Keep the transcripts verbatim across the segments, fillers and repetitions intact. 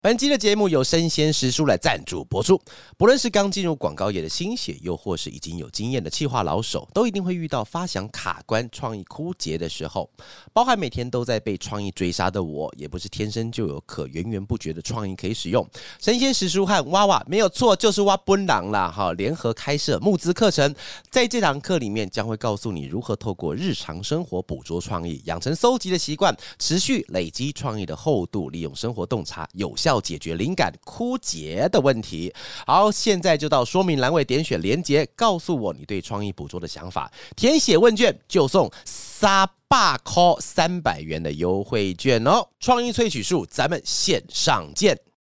本期的节目由生鲜时蔬来赞助播出。不论是刚进入广告业的新血，又或是已经有经验的企划老手，都一定会遇到发想卡关、创意枯竭的时候。包含每天都在被创意追杀的我，也不是天生就有可源源不绝的创意可以使用。生鲜时蔬和娃娃没有错，就是挖奔狼啦！哈，联合开设募资课程，在这堂课里面将会告诉你如何透过日常生活捕捉创意，养成搜集的习惯，持续累积创意的厚度，利用生活洞察有效解决灵感枯竭的问题。好，现在就到说明栏位点选连结，告诉我你对创意捕捉的想法，填写问卷就送三百块三百元的优惠券哦！创意萃取术，咱们线上见。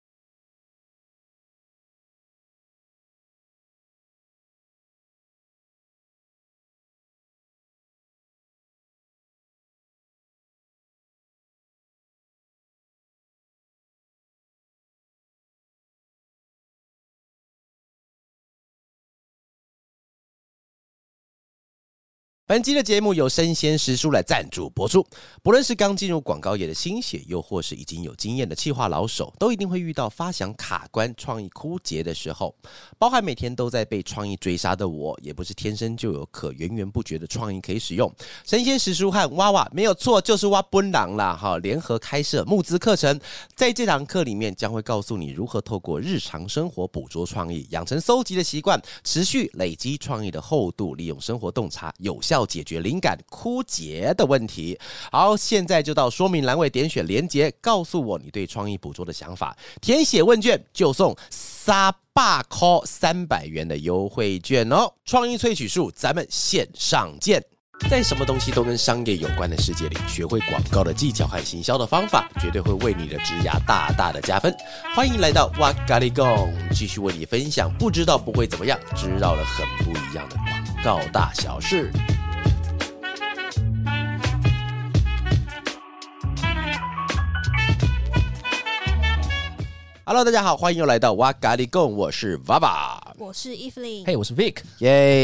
本期的节目由生鲜时蔬来赞助播出。不论是刚进入广告业的新血，又或是已经有经验的企划老手，都一定会遇到发想卡关、创意枯竭的时候。包含每天都在被创意追杀的我，也不是天生就有可源源不绝的创意可以使用。生鲜时蔬和娃娃没有错，就是挖奔狼啦！哈，联合开设募资课程，在这堂课里面将会告诉你如何透过日常生活捕捉创意，养成搜集的习惯，持续累积创意的厚度，利用生活洞察有效解决灵感枯竭的问题。好，现在就到说明栏位点选连结，告诉我你对创意捕捉的想法，填写问卷就送三百块三百元的优惠券哦！创意萃取术，咱们线上见。在什么东西都跟商业有关的世界里，学会广告的技巧和行销的方法，绝对会为你的职涯大大的加分。欢迎来到哇咖哩贡，继续为你分享不知道不会怎么样，知道了很不一样的广告大小事。Hello， 大家好，欢迎又来到哇咖哩贡，我是 Vava， 我是 Evelyn， 嘿， hey, 我是 Vic， 耶、yeah ！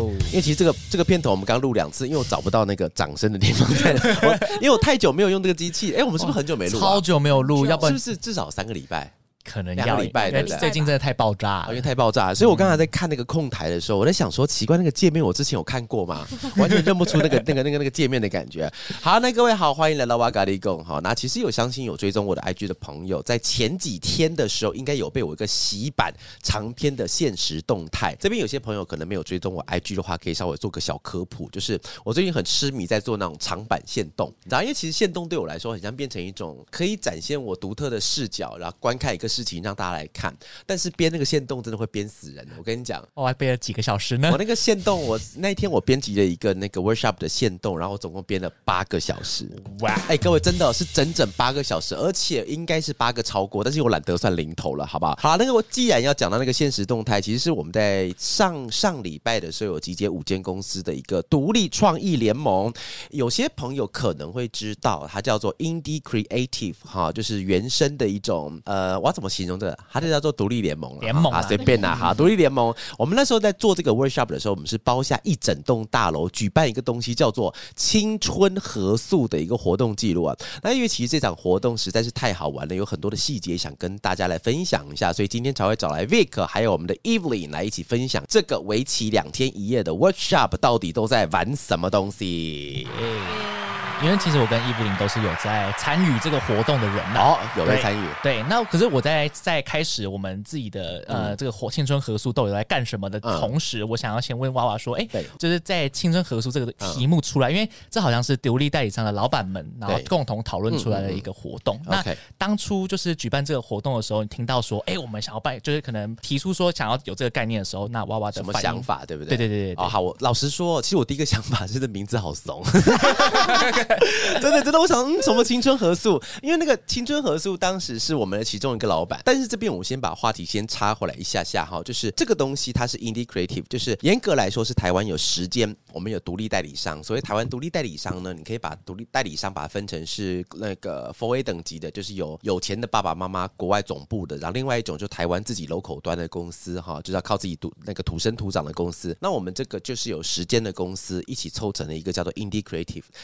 因为其实这个这个片头我们刚录两次，因为我找不到那个掌声的地方在我，因为我太久没有用这个机器，哎，我们是不是很久没录、啊？ 超久没有录，要不然是不是至少三个礼拜？ 可能要两个礼拜， 因为最近真的太爆炸了， 因为太爆炸了，所以我刚才在看那个控台的时候，我在想说，奇怪，那个界面我之前有看过吗？完全认不出那个那个那个那个界面的感觉。好，那各位好，欢迎来到哇咖哩贡。好，那其实有相信有追踪我的 I G 的朋友，在前几天的时候，应该有被我一个洗版长篇的限时动态。这边有些朋友可能没有追踪我 I G 的话，可以稍微做个小科普，就是我最近很痴迷在做那种长版限动，你知道，因为其实限动对我来说，很像变成一种可以展现我独特的视角，然后观看一个事情让大家来看，但是编那个限动真的会编死人。我跟你讲， 我还编了几个小时呢。 我那个限动，我那一天我编辑了一个那个 workshop 的限动，然后我总共编了八个小时。哇！哎、欸，各位真的是整整八个小时，而且应该是八个超过，但是我懒得算零头了，好不好？好，那个我既然要讲到那个限时动态，其实是我们在上上礼拜的时候有集结五间公司的一个独立创意联盟。有些朋友可能会知道，它叫做 Indie Creative 哈，就是原生的一种呃，我要怎么形容这个？它就叫做独立联盟联盟啊，随便啦哈，独立联盟。我们那时候在做这个 workshop 的时候，我们是包下一整栋大楼，举办一个东西叫做青春合宿的一个活动记录啊。那因为其实这场活动实在是太好玩了，有很多的细节想跟大家来分享一下，所以今天才会找来 Vic 还有我们的 Evelyn 来一起分享这个为期两天一夜的 workshop 到底都在玩什么东西。 因为其实我跟伊芙琳都是有在参与这个活动的人呐、 哦，有在参与。 对，那可是我在在开始我们自己的呃、嗯、这个活青春合宿都有在干什么的同时，嗯、我想要先问娃娃说，哎，就是在青春合宿这个题目出来，嗯、因为这好像是独立代理商的老板们然后共同讨论出来的一个活动。嗯嗯嗯那当初就是举办这个活动的时候，你听到说，哎，我们想要办，就是可能提出说想要有这个概念的时候，那娃娃的什么想法，对不对？ 对对对 对, 對。 哦，好，我老实说，其实我第一个想法是这名字好怂。真的真的，我想、嗯、什么青春合宿？因为那个青春合宿当时是我们的其中一个老板，但是这边我先把话题先插回来一下下哈，就是这个东西它是 Indie Creative， 就是严格来说是台湾有十间，我们有独立代理商。所谓台湾独立代理商呢，你可以把独立代理商把它分成是那个 四 A 等级的，就是有有钱的爸爸妈妈国外总部的，然后另外一种就台湾自己 local 端的公司哈，就是要靠自己土那个土生土长的公司。那我们这个就是有十间的公司一起凑成了一个叫做 Indie Creative， 那里面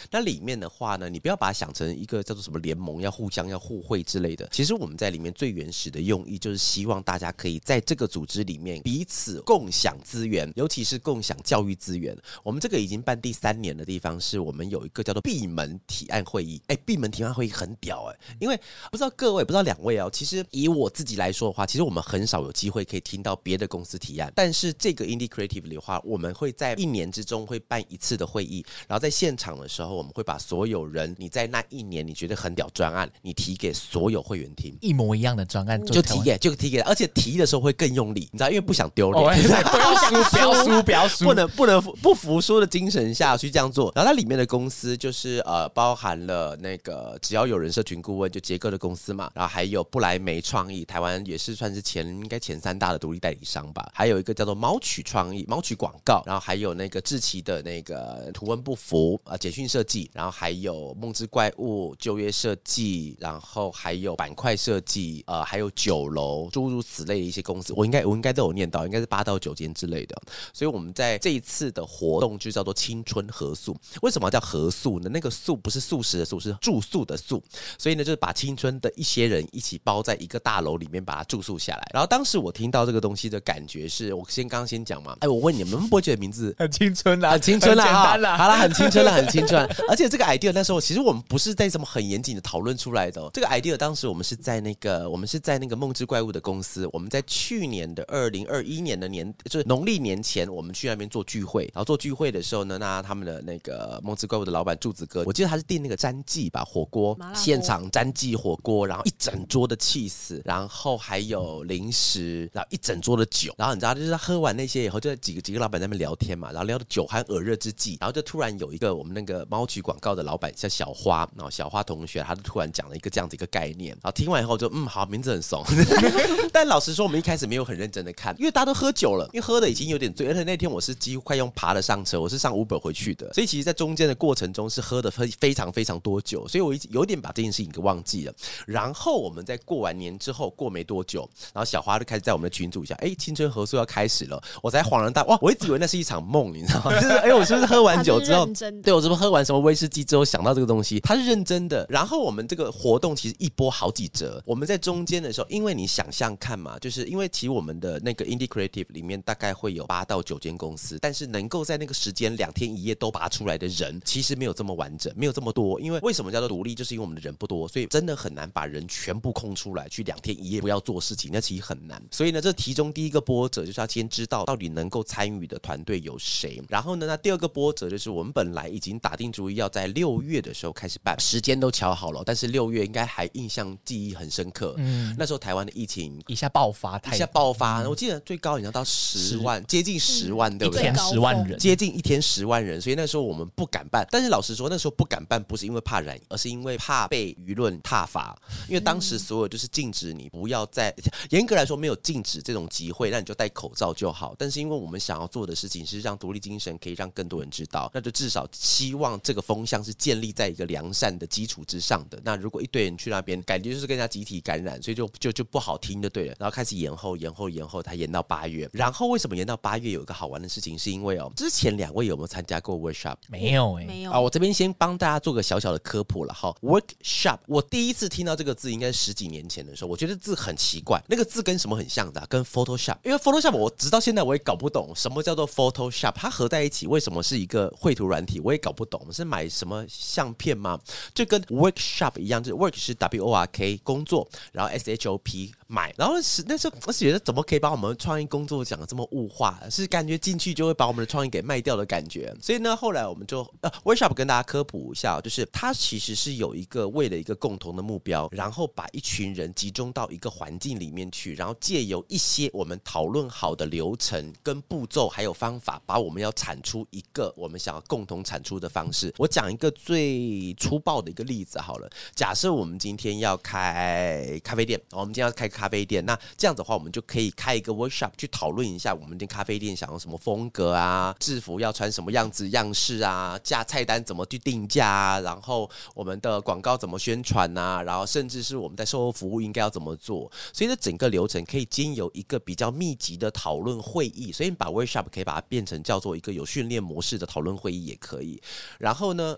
面的话呢，你不要把它想成一个叫做什么联盟，要互相要互惠之类的。其实我们在里面最原始的用意就是希望大家可以在这个组织里面彼此共享资源，尤其是共享教育资源。我们这个已经办第三年的地方是我们有一个叫做闭门提案会议。哎，闭门提案会议很屌哎、欸，因为不知道各位不知道两位哦，其实以我自己来说的话，其实我们很少有机会可以听到别的公司提案，但是这个 Indie Creative 的话，我们会在一年之中会办一次的会议，然后在现场的时候，我们会把所有人你在那一年你觉得很屌专案，你提给所有会员听， 一模一样的专案就提给就提给，而且提的时候会更用力，你知道，因为不想丢脸， 哦、不要输，不要输，不要输， 不能不能不服输的精神下去这样做。然后它里面的公司就是呃，包含了那个只要有人社群顾问，就杰哥的公司嘛，然后还有布莱梅创意，台湾也是算是前应该前三大的独立代理商吧，还有一个叫做猫曲创意、猫曲广告，然后还有那个志奇的那个图文不符啊、呃、简讯设计，然后还有梦之怪物、就业设计，然后还有板块设计，呃，还有酒楼，诸如此类的一些公司，我应该我应该都有念到，应该是八到九间之类的。所以我们在这一次的活动就叫做青春合宿。为什么叫合宿呢？那个宿不是素食的宿，是住宿的宿。所以呢，就是把青春的一些人一起包在一个大楼里面，把它住宿下来。然后当时我听到这个东西的感觉是，我先刚刚先讲嘛，哎，我问你们，你们不会觉得名字很青春啦， 很青春啦， 很简单啦， 好啦，很青春啦，很青春。而且这个 idea 那时候其实我们不是在什么很严谨的讨论出来的、哦，这个 idea 当时我们是在那个我们是在那个梦之怪物的公司，我们在去年的二零二一年的年，就是农历年前，我们去那边做聚会。然后做聚会的时候呢，那他们的那个梦之怪物的老板柱子哥，我记得他是订那个詹记吧火锅，现场詹记火锅，然后一整桌的起司，然后还有零食，然后一整桌的酒，然后你知道就是他喝完那些以后，就几个几个老板在那边聊天嘛，然后聊到酒酣耳热之际，然后就突然有一个我们那个猫曲广告的老板叫小花，然后小花同学他就突然讲了一个这样子一个概念，然后听完以后就嗯好，名字很怂，但老实说我们一开始没有很认真的看，因为大家都喝酒了，因为喝的已经有点醉，而且那天我是几乎快用爬的上车，我是上 Uber 回去的，所以其实在中间的过程中是喝的非常非常多酒，所以我有点把这件事情给忘记了。然后我们在过完年之后过没多久，然后小花就开始在我们的群组下，哎，青春合宿要开始了，我才恍然大哇，我一直以为那是一场梦，你知道吗？就是哎，我是不是喝完酒之后，对我是不是喝完什么威士忌之后想到这个东西？他是认真的。然后我们这个活动其实一波好几折，我们在中间的时候，因为你想象看嘛，就是因为其实我们的那个 Indie Creative 里面大概会有八到九间公司，但是能够在那个时间两天一夜都拔出来的人，其实没有这么完整，没有这么多。因为为什么叫做独立，就是因为我们的人不多，所以真的很难把人全部空出来去两天一夜不要做事情，那其实很难。所以呢，这其中第一个波折就是要先知道到底能够参与的团队有谁。然后呢，那第二个波折就是我们本来已经打定主意要在六月的时候开始办，时间都瞧好了，但是六月应该还印象记忆很深刻。嗯，那时候台湾的疫情一下爆发， 一下爆发，嗯、我记得最高已经到十万，接近十万，对不对？ 一天十万人， 接近一天十万人，所以那时候我们不敢办。但是老实说，那时候不敢办，不是因为怕染疫，而是因为怕被舆论挞伐。因为当时所有就是禁止你不要再，严格来说没有禁止这种集会，那你就戴口罩就好。但是因为我们想要做的事情是让独立精神可以让更多人知道，那就至少希望这个风向是建立在一个良善的基础之上的。那如果一堆人去那边，感觉就是跟人家集体感染，所以就就就不好听就对了。然后开始延后延后延后，才延到八月。然后为什么延到八月？有一个好玩的事情，是因为哦，之前两位有没有参加过 workshop？ 没有哎、欸， 没有啊。我这边先帮大家做个小小的科普了哈。workshop， 我第一次听到这个字应该是十几年前的时候，我觉得字很奇怪，那个字跟什么很像的、啊？跟 Photoshop， 因为 Photoshop 我直到现在我也搞不懂什么叫做 Photoshop， 它合在一起为什么是一个绘图软体，我也搞不懂，是买什么相片吗？就跟 workshop 一样，就是 work 是 W O R K 工作，然后 S H O P 买，然后是那时候我觉得怎么可以把我们创意工作讲得这么物化，是感觉进去就会把我们的创意给卖掉的感觉。所以呢，后来我们就呃 workshop 跟大家科普一下，就是它其实是有一个为了一个共同的目标，然后把一群人集中到一个环境里面去，然后借由一些我们讨论好的流程跟步骤还有方法，把我们要产出一个我们想要共同产出的方式。我讲一个最粗暴的一个例子好了，假设我们今天要开咖啡店，我们今天要开咖啡店，那这样子的话，我们就可以开一个 workshop 去讨论一下我们这咖啡店想要什么风格啊，制服要穿什么样子样式啊，价菜单怎么去定价啊，然后我们的广告怎么宣传啊，然后甚至是我们在售后服务应该要怎么做。所以这整个流程可以经由一个比较密集的讨论会议，所以你把 workshop 可以把它变成叫做一个有训练模式的讨论会议也可以。然后呢，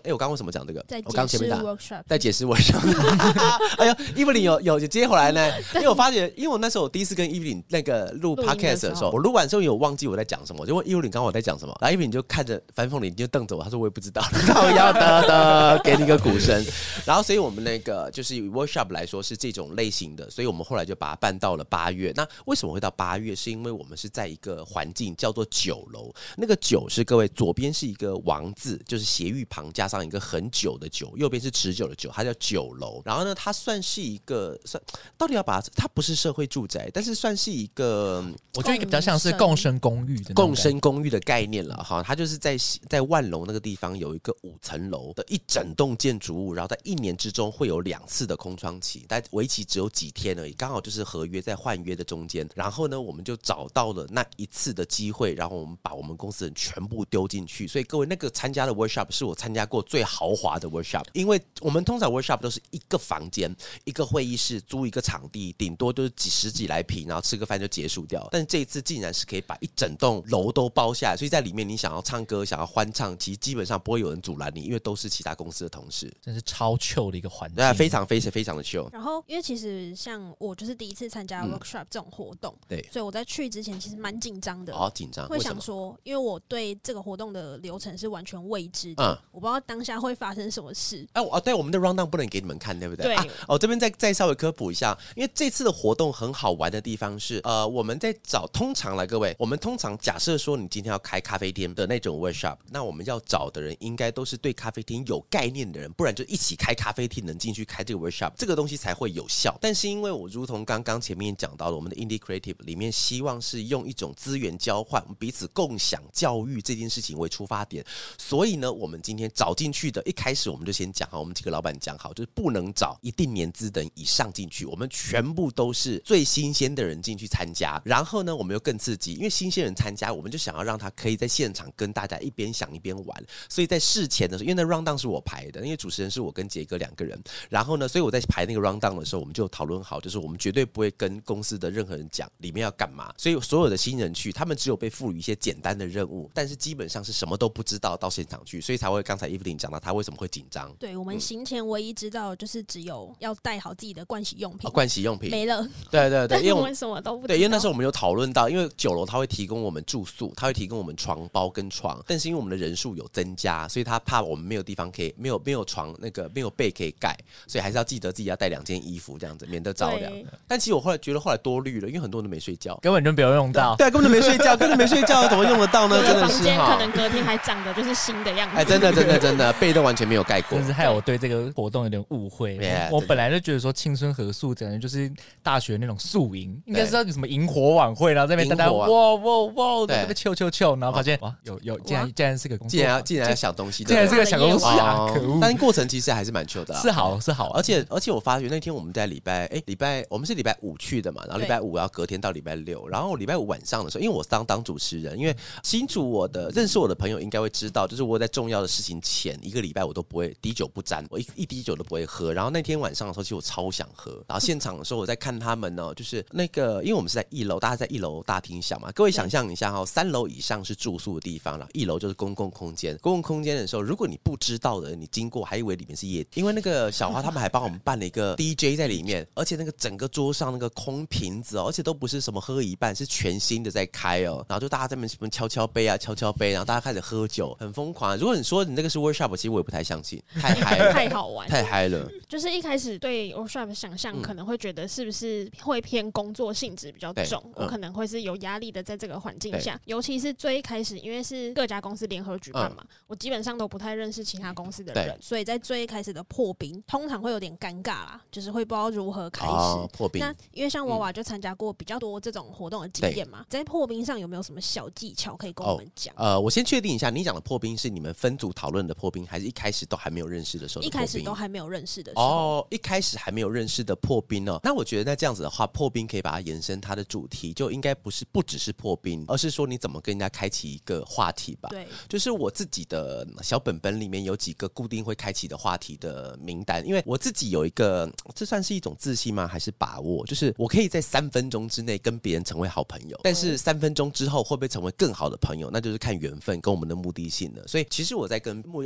哎，我刚刚为什么讲这个？ 在我刚前面讲 workshop， 在解释 workshop。哎呀 ，Evelyn 有有接回来呢，因为我发现，因为我那时候我第一次跟 Evelyn 那个录 podcast 的时候，我录完之后有忘记我在讲什么，我就问 Evelyn 刚刚我在讲什么，然后 Evelyn 就看着樊凤玲就瞪着我，他说我也不知道，然后要的的给你个鼓声，然后所以我们那个就是以 workshop 来说是这种类型的，所以我们后来就把它办到了八月。那为什么会到八月？是因为我们是在一个环境叫做酒楼，那个酒是各位左边是一个王字，就是斜玉旁加上一个很久的久，右边是持久的久，它叫酒楼。然后呢，它算是一个算到底要把它，它不是社会住宅，但是算是一个， 我觉得比较像是共生公寓的共生公寓的概念了哈。它就是在在万隆那个地方有一个五层楼的一整栋建筑物，然后在一年之中会有两次的空窗期，但为期只有几天而已，刚好就是合约在换约的中间。然后呢，我们就找到了那一次的机会，然后我们把我们公司人全部丢进去。所以各位，那个参加的 workshop 是我参加过最豪华的 workshop， 因为我们通常 workshop 都是一个房间、一个会议室，租一个场地，顶多就是几十几来平，然后吃个饭就结束掉。但是这一次竟然是可以把一整栋楼都包下来，所以在里面你想要唱歌、想要欢唱，其实基本上不会有人阻拦你，因为都是其他公司的同事， 真是超 chill 的一个环境， 对啊，非常非常非常的 chill。 然后因为其实像我就是第一次参加 workshop 这种活动， 嗯、对， 所以我在去之前其实蛮紧张的， 好紧张， 会想说，因为我对这个活动的流程是完全未知的，嗯、我不知道当下会发生什么事。 哎、啊，哦，对，我们的 rundown 不能给你们看，对不对？ 对。 啊、哦，这边再再稍微科普一下，因为这次的活动很好玩的地方是，呃，我们在找，通常来各位，我们通常假设说你今天要开咖啡店的那种 workshop， 那我们要找的人应该都是对咖啡厅有概念的人，不然就一起开咖啡厅能进去开这个 workshop， 这个东西才会有效。但是因为我如同刚刚前面讲到的，我们的 Indie Creative 里面希望是用一种资源交换、彼此共享教育这件事情为出发点，所以呢，我们今天找进去的，一开始我们就先讲好，我们几个老板讲好，就是不能找一定年资的人以上进去，我们全部都是最新鲜的人进去参加。然后呢，我们又更刺激，因为新鲜人参加，我们就想要让他可以在现场跟大家一边想一边玩。所以在事前的时候，因为那 rundown 是我排的，因为主持人是我跟杰哥两个人。然后呢，所以我在排那个 rundown 的时候，我们就讨论好，就是我们绝对不会跟公司的任何人讲里面要干嘛。所以所有的新人去，他们只有被赋予一些简单的任务，但是基本上是什么都不知道到现场去，所以才会刚才 Evelyn 讲到他为什么会紧张。 对，我们行前唯一知道就是只有要带好自己的盥洗用品， 哦、盥洗用品没了。 对对对，因为我们什么都不知道。 对，因为那时候我们有讨论到，因为酒楼他会提供我们住宿，他会提供我们床包跟床，但是因为我们的人数有增加，所以他怕我们没有地方可以，没有没有床那个没有被可以盖，所以还是要记得自己要带两件衣服这样子，免得着凉。但其实我后来觉得后来多虑了，因为很多人都没睡觉， 根本就不用用到。 对，根本就没睡觉，根本没睡觉，怎么用得到呢？真的是房间可能隔天还长得就是新的样子。 哎，真的真的真的，被都完全没有盖过， 真是害我对这个活动有点误会。Yeah, 我本来就觉得说青春合宿感觉就是大学那种宿营，应该是要什么萤火晚会，然后这边大家哇哇哇在那边秋秋秋，然后发现哇有有竟然竟然是个工作， 竟然竟然要想东西， 竟然是个小东西啊！可恶！ 但过程其实还是蛮秋的， 是好是好， 而且而且我发觉那天我们在礼拜哎礼拜我们是礼拜五去的嘛，然后礼拜五要隔天到礼拜六，然后礼拜五晚上的时候，因为我当当主持人，因为新竹我的认识我的朋友应该会知道，就是我在重要的事情前一个礼拜我都不会滴酒不沾，我一一滴酒都不会喝。然后那天晚上的时候，其实我超想喝。然后现场的时候，我在看他们呢，就是那个，因为我们是在一楼，大家在一楼大厅想嘛，各位想象一下哈、哦，三楼以上是住宿的地方，然后一楼就是公共空间。公共空间的时候，如果你不知道的，你经过还以为里面是夜，因为那个小花他们还帮我们办了一个 D J 在里面，而且那个整个桌上那个空瓶子哦，而且都不是什么喝一半，是全新的在开哦。然后就大家在那边敲敲杯啊，敲敲杯，然后大家开始喝酒，很疯狂。如果你说你那个是 workshop， 其实我也不太相信，太嗨了， 太好玩， 太嗨了。 就是一开始对 workshop 的想象，可能会觉得是不是会偏工作性质比较重，嗯、我可能会是有压力的，在这个环境下，尤其是最一开始，因为是各家公司联合举办嘛、嗯，我基本上都不太认识其他公司的人，所以在最一开始的破冰，通常会有点尴尬啦，就是会不知道如何开始、哦、 破冰。 那因为像娃娃就参加过比较多这种活动的经验嘛，在破冰上有没有什么小技巧可以跟我们讲、 哦？呃，我先确定一下，你讲的破冰是你们分组讨论的破冰，还是一开始都还没有认识的时候的破冰？ 一开始都还没有认识的时候。 哦，一开始还没有认识的破冰哦。那我觉得那这样子的话，破冰可以把它延伸它的主题，就应该不是不只是破冰，而是说你怎么跟人家开启一个话题吧。 对， 就是我自己的小本本里面有几个固定会开启的话题的名单，因为我自己有一个，这算是一种自信吗？还是把握？就是我可以在三分钟之内跟别人成为好朋友，但是三分钟之后会不会成为更好的朋友，那就是看缘分跟我们的目的性了。所以其实我在跟，尤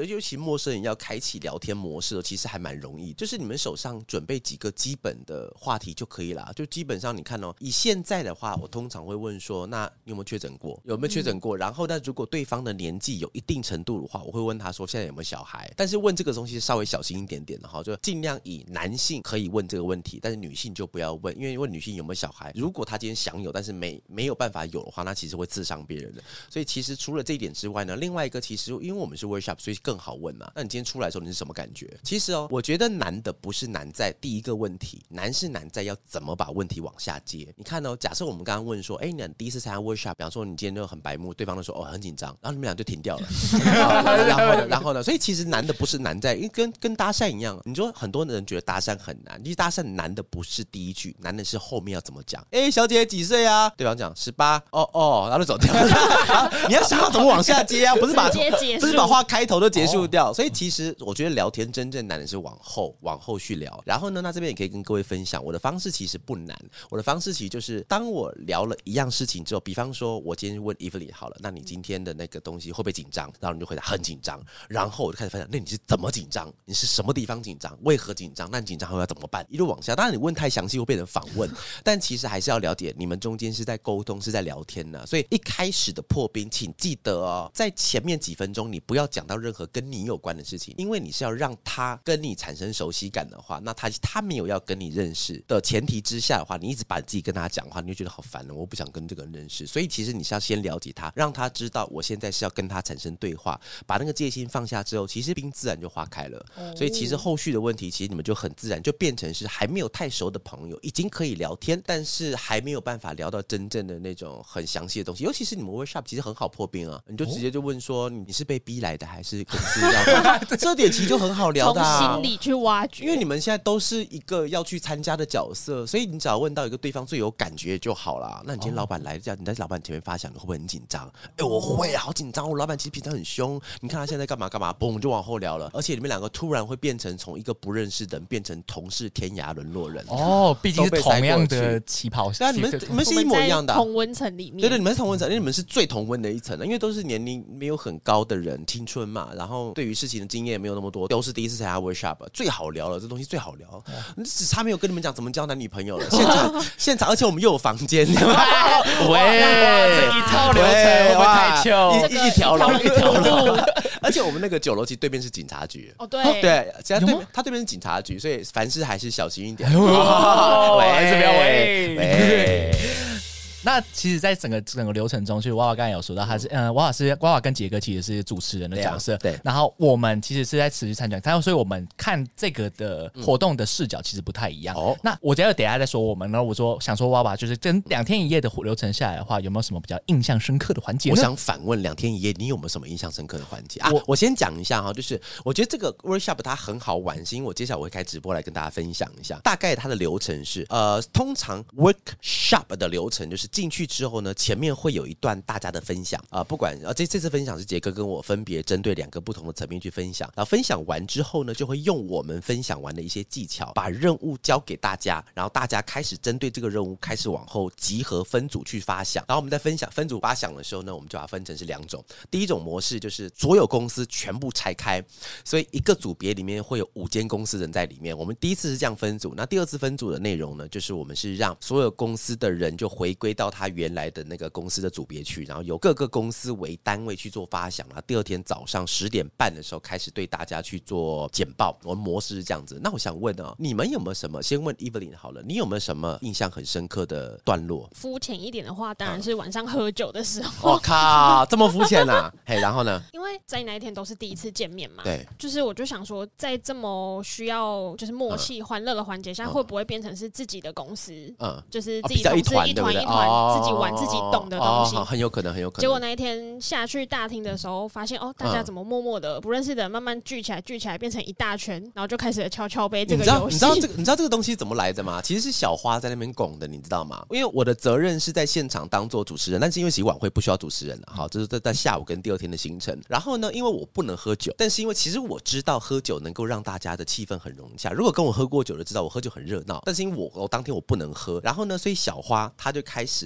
尤其陌生人要开启聊天模式的，其实还蛮容易，就是你们手上准备几个基本的话题就可以啦。就基本上你看哦，以现在的话，我通常会问说，那你有没有确诊过？有没有确诊过？嗯、然后，那如果对方的年纪有一定程度的话，我会问他说，现在有没有小孩？但是问这个东西稍微小心一点点的哈，就尽量以男性可以问这个问题，但是女性就不要问，因为问女性有没有小孩，如果她今天想有，但是没没有办法有的话，那其实会刺伤别人的。所以其实除了这一点之外呢，另外一个其实因为我们是 workshop， 所以更好问嘛。那你今天出来的时候你是什么感觉？其实哦，我觉得难的不是难在第一个问题，难是难在要怎么把问题往下接。你看哦，假设我们刚刚问说，哎，你第一次参加 workshop， 比方说你今天就很白目，对方就说哦很紧张，然后你们俩就停掉了。然后呢，然后呢，所以其实难的不是难在，因为跟跟搭讪一样，你说很多人觉得搭讪很难，其实搭讪难的不是第一句，难的是后面要怎么讲。哎，小姐几岁啊？对方讲十八，哦哦，然后就走掉了。你要想要怎么往下接啊？不是把不是把话开头就结束掉。哦、所以其实我觉得聊天真正难的是往后往后续聊。然后呢，那这边也可以跟各位分享，我的方式其实不难，我的方式其实就是当我聊了一样事情之后，比方说我今天问 Evelyn 好了，那你今天的那个东西会不会紧张？然后你就回答很紧张，然后我就开始分享，那你是怎么紧张？你是什么地方紧张？为何紧张？那你紧张后要怎么办？一路往下，当然你问太详细会变成访问，但其实还是要了解你们中间是在沟通，是在聊天呢、啊。所以一开始的破冰，请记得哦，在前面几分钟你不要讲到任何跟你有关的事情，因为你是要让他跟你产生熟悉感的话，那他他没有要跟你认识的前提之下的话，你一直把自己跟他讲话，你就觉得好烦了，我不想跟这个人认识。所以其实你是要先了解他，让他知道我现在是要跟他产生对话，把那个戒心放下之后，其实冰自然就化开了。哦、所以其实后续的问题，其实你们就很自然就变成是还没有太熟的朋友，已经可以聊天，但是还没有办法聊到真正的那种很详细的东西。尤其是你们 workshop 其实很好破冰啊，你就直接就问说你是被逼来的还是公司要的？这点其实就很好聊的、啊， 从心里去挖掘。 因为你们现在都是一个要去参加的角色，所以你只要问到一个对方最有感觉就好啦。那你今天老板来，这样你在老板前面发想，你会不会很紧张？哎，我会啊，好紧张。我老板其实平常很凶，你看他现在干嘛干嘛，嘣就往后聊了。而且你们两个突然会变成从一个不认识的人变成同是天涯沦落人哦，毕竟是同样的起跑线， 对啊，你们你们是一模一样的、啊， 同温层里面， 对对，你们是同温层，因为你们是最同温的一层的，因为都是年龄没有很高的人，青春嘛，然后对于事情的经验也没有那么多，都是第一次参加 workshop， 最好聊了，这东西最好聊，哦、你只差没有跟你们讲怎么交男女朋友了，现场现场，而且我们又有房间，喂， 这一套流程会不会太糗？ 一一条龙，一条龙。而且我们那个酒楼其实对面是警察局哦，对对，其实对面他对面是警察局，所以凡事还是小心一点。 喂，这边喂喂。 那其实，在整个整个流程中，其实娃娃刚才有说到，他是嗯，娃娃是娃娃跟杰哥其实是主持人的角色， 对、啊。对。 然后我们其实是在持续参加，但所以我们看这个的活动的视角其实不太一样。哦、嗯。那我等一下等一下再说我们，然后我说想说娃娃就是跟两天一夜的流程下来的话，有没有什么比较印象深刻的环节呢？ 我想反问两天一夜，你有没有什么印象深刻的环节啊？我我先讲一下哈，就是我觉得这个 workshop 它很好玩，是因为我接下来我会开直播来跟大家分享一下，大概它的流程是呃，通常 workshop 的流程就是进去之后呢。前面会有一段大家的分享啊、呃，不管啊这这次分享是杰哥跟我分别针对两个不同的层面去分享，然后分享完之后呢，就会用我们分享完的一些技巧，把任务交给大家，然后大家开始针对这个任务开始往后集合分组去发想，然后我们在分享分组发想的时候呢，我们就把它分成是两种，第一种模式就是所有公司全部拆开，所以一个组别里面会有五间公司人在里面，我们第一次是这样分组，那第二次分组的内容呢，就是我们是让所有公司的人就回归到他原来的那个公司的组别去，然后由各个公司为单位去做发想，然后第二天早上十点半的时候开始对大家去做简报，我们模式是这样子。那我想问哦，你们有没有什么？先问 Evelyn 好了，你有没有什么印象很深刻的段落？ 肤浅一点的话，当然是晚上喝酒的时候。 我、哦、靠，这么肤浅啊！嘿，然后呢？ 因为在那一天都是第一次见面嘛， 对， 就是我就想说，在这么需要就是默契、欢乐的环节下，嗯、会不会变成是自己的公司？嗯，就是自己公司、哦、一团一团一团、哦、自己玩自己懂的东西。 哦，很有可能，很有可能。 结果那一天下去大厅的时候，发现哦，大家怎么默默的、嗯、不认识的人慢慢聚起来，聚起来变成一大圈，然后就开始了敲敲杯这个游戏。 你知道，你知道这个，你知道这个东西怎么来的吗？其实是小花在那边拱的，你知道吗？因为我的责任是在现场当做主持人，但是因为其实晚会不需要主持人的，好，这是在在下午跟第二天的行程。然后呢，因为我不能喝酒，但是因为其实我知道喝酒能够让大家的气氛很融洽。如果跟我喝过酒的知道我喝酒很热闹，但是因为我我当天我不能喝，然后呢，所以小花她就开始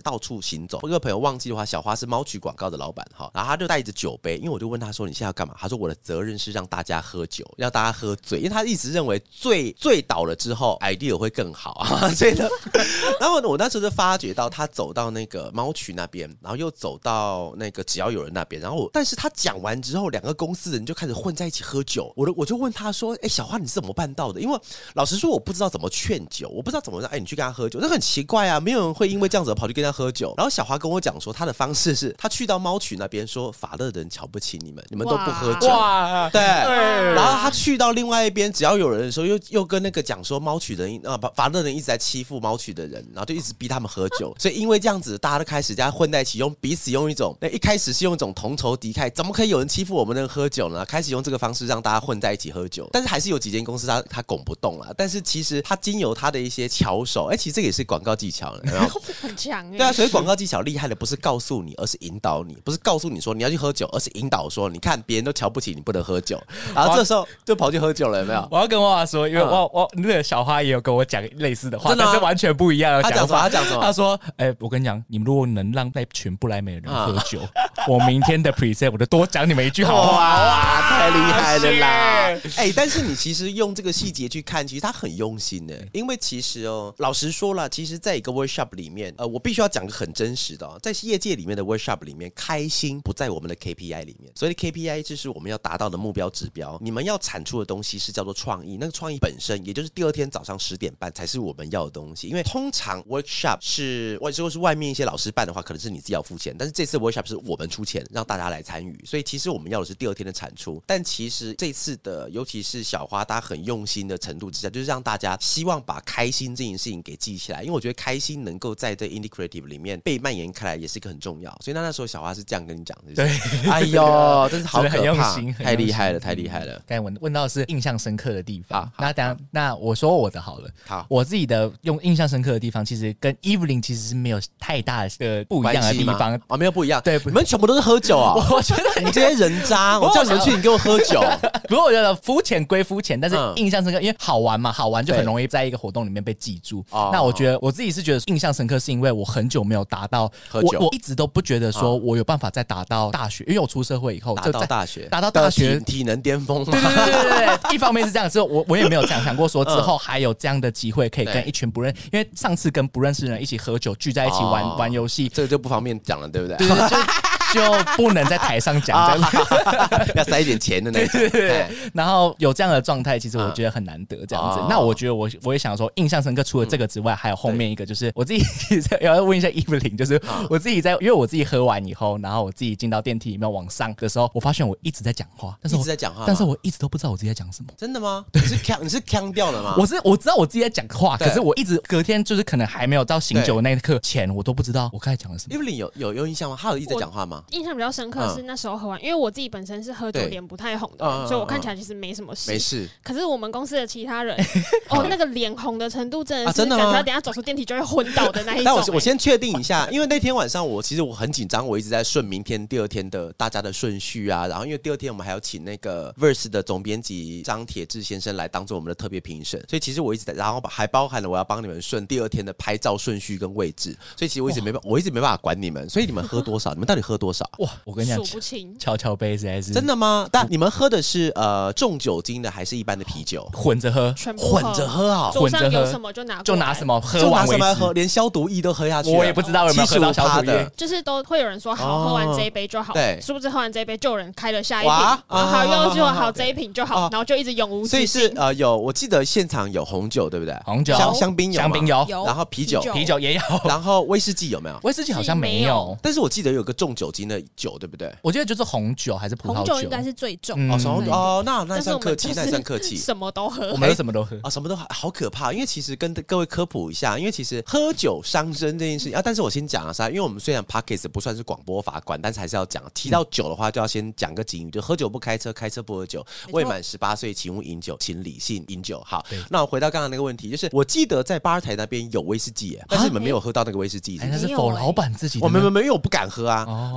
到处行走。我有个朋友忘记的话，小花是猫曲广告的老板哈，然后他就带着酒杯，因为我就问他说你现在要干嘛？他说我的责任是让大家喝酒，让大家喝醉，因为他一直认为醉醉倒了之后 idea 会更好啊，所以呢，然后我那时候就发觉到他走到那个猫曲那边，然后又走到那个只要有人那边，然后我但是他讲完之后，两个公司的人就开始混在一起喝酒，我我就问他说，哎，小花你是怎么办到的？因为老实说我不知道怎么劝酒，我不知道怎么让哎你去跟他喝酒，这很奇怪啊，没有人会因为这样子跑去跟他喝酒。然后小花跟我讲说，他的方式是他去到猫曲那边说，法乐的人瞧不起你们，你们都不喝酒，哇，对，然后他去到另外一边，只要有人的时候，又又跟那个讲说猫曲的人啊，法乐人一直在欺负猫曲的人，然后就一直逼他们喝酒，所以因为这样子，大家都开始大家混在一起，用彼此用一种，那一开始是用一种同仇敌忾，怎么可以有人欺负我们人喝酒呢？开始用这个方式让大家混在一起喝酒，但是还是有几间公司他他拱不动了，但是其实他经由他的一些巧手，哎、欸，其实这个也是广告技巧，有没有？ 很强哎。 对啊，所以广告技巧厉害的不是告诉你，而是引导你，不是告诉你说你要去喝酒，而是引导说，你看别人都瞧不起你，不能喝酒，然后这时候就跑去喝酒了，有没有？ 我要跟娃娃说，因为我我那个小花也有跟我讲类似的话，但是完全不一样的讲法。 他讲什么？ 他说：“哎、欸，我跟你讲，你们如果能让那群不来美的人喝酒，啊、我明天的 preset 我就多讲你们一句好话。” 哇，太厉害了啦！哎、欸，但是你其实用这个细节去看，其实他很用心的，因为其实哦，老实说了，其实在一个 workshop 里面，呃，我必须要讲个很真实的、哦，在业界里面的 workshop 里面，开心不在我们的 K P I 里面，所以 K P I 就是我们要达到的目标指标。你们要产出的东西是叫做创意，那个创意本身，也就是第二天早上十点半才是我们要的东西。因为通常 workshop 是，如果是外面一些老师办的话，可能是你自己要付钱，但是这次 workshop 是我们出钱让大家来参与，所以其实我们要的是第二天的产出。但其实这次的，尤其是小花，大家很用心的程度之下，就是让大家希望把开心这件事情给记起来，因为我觉得开心能够在这 Indie Creative 里面被蔓延开来，也是一个很重要。所以那那时候小花是这样跟你讲的， 对， 哎呦，真是好可怕， 很用心， 太厉害了，太厉害了。 刚才问问到的是印象深刻的地方，那等下那我说我的好了，好，我自己的用印象深刻的地方，其实跟 Evelyn 其实是没有太大的不一样的地方啊，没有不一样。 对， 你们全部都是喝酒啊！ 我觉得你这些人渣，我叫你们去，你给我喝酒。 不过我觉得肤浅归肤浅，但是印象深刻，因为好玩嘛，好玩就很容易在一个活动里面被记住。那我觉得我自己是觉得印象深刻，是因为我很久没有达到喝酒，我我一直都不觉得说我有办法再达到大学，因为我出社会以后达到大学， 达到大学体能巅峰。 对对对对对，一方面是这样，之后我我也没有这样想过说之后还有这样的机会可以跟一群不认，因为上次跟不认识的人一起喝酒聚在一起玩、哦、玩游戏， 这个就不方便讲了，对不对？ 对对对。就不能在台上讲， 要塞一点钱的那种。 对对对。然后有这样的状态，其实我觉得很难得这样子。那我觉得我我也想说，印象深刻，除了这个之外，还有后面一个，就是我自己要问一下Evelyn，就是我自己在，因为我自己喝完以后，然后我自己进到电梯里面往上的时候，我发现我一直在讲话，但是一直在讲话， 但是我一直都不知道我自己在讲什么。 真的吗？你是呛你是呛掉了吗？ 我是我知道我自己在讲话，可是我一直隔天就是可能还没有到醒酒的那一刻前，我都不知道我刚才讲了什么。 Evelyn 有有有印象吗？他有一直在讲话吗？ 印象比较深刻的是那时候喝完，因为我自己本身是喝酒脸不太红的人，所以我看起来其实没什么事。 没事。 可是我们公司的其他人，哦，那个脸红的程度真的是感觉他等一下走出电梯就会昏倒的那一种。 但我我先确定一下，因为那天晚上我其实我很紧张，我一直在顺明天第二天的大家的顺序啊，然后因为第二天我们还要请那个 Verse 的总编辑张铁志先生来当做我们的特别评审，所以其实我一直在，然后还包含了我要帮你们顺第二天的拍照顺序跟位置，所以其实我一直没办，我一直没办法管你们，所以你们喝多少？你们到底喝多少？ 哇，我跟你讲， 数不清， 悄悄杯实在是真的吗？但你们喝的是呃重酒精的还是一般的啤酒？ 混着喝， 全部喝混着喝啊， 混着喝，有什么就拿就拿什么喝完为止， 就拿什么喝，连消毒液都喝下去。 我也不知道有没有喝到消毒液， 就是都会有人说好，喝完这一杯就好， 对， 殊不知喝完这一杯就有人开了下一瓶，好又就好这一瓶就好，然后就一直永无止境。 所以是呃有，我记得现场有红酒对不对？ 红酒、 香香槟有， 香槟有， 然后啤酒啤酒也有， 然后威士忌有没有？ 威士忌好像没有， 但是我记得有个重酒精的酒对不对？ 我觉得就是红酒还是葡萄酒， 红酒应该是最重哦，红酒哦，那那算客气，那算客气， 什么都喝， 我们都什么都喝啊，什么都好可怕。因为其实跟各位科普一下，因为其实喝酒伤身这件事情啊，但是我先讲啊，因为我们虽然 Podcast 不算是广播法管，但是还是要讲。提到酒的话，就要先讲个警语，就喝酒不开车，开车不喝酒，未满十八岁请勿饮酒，请理性饮酒。好，那我回到刚刚那个问题，就是我记得在吧台那边有威士忌耶，但是你们没有喝到那个威士忌， 那是否老板自己的？ 我没没没，因为我不敢喝啊。但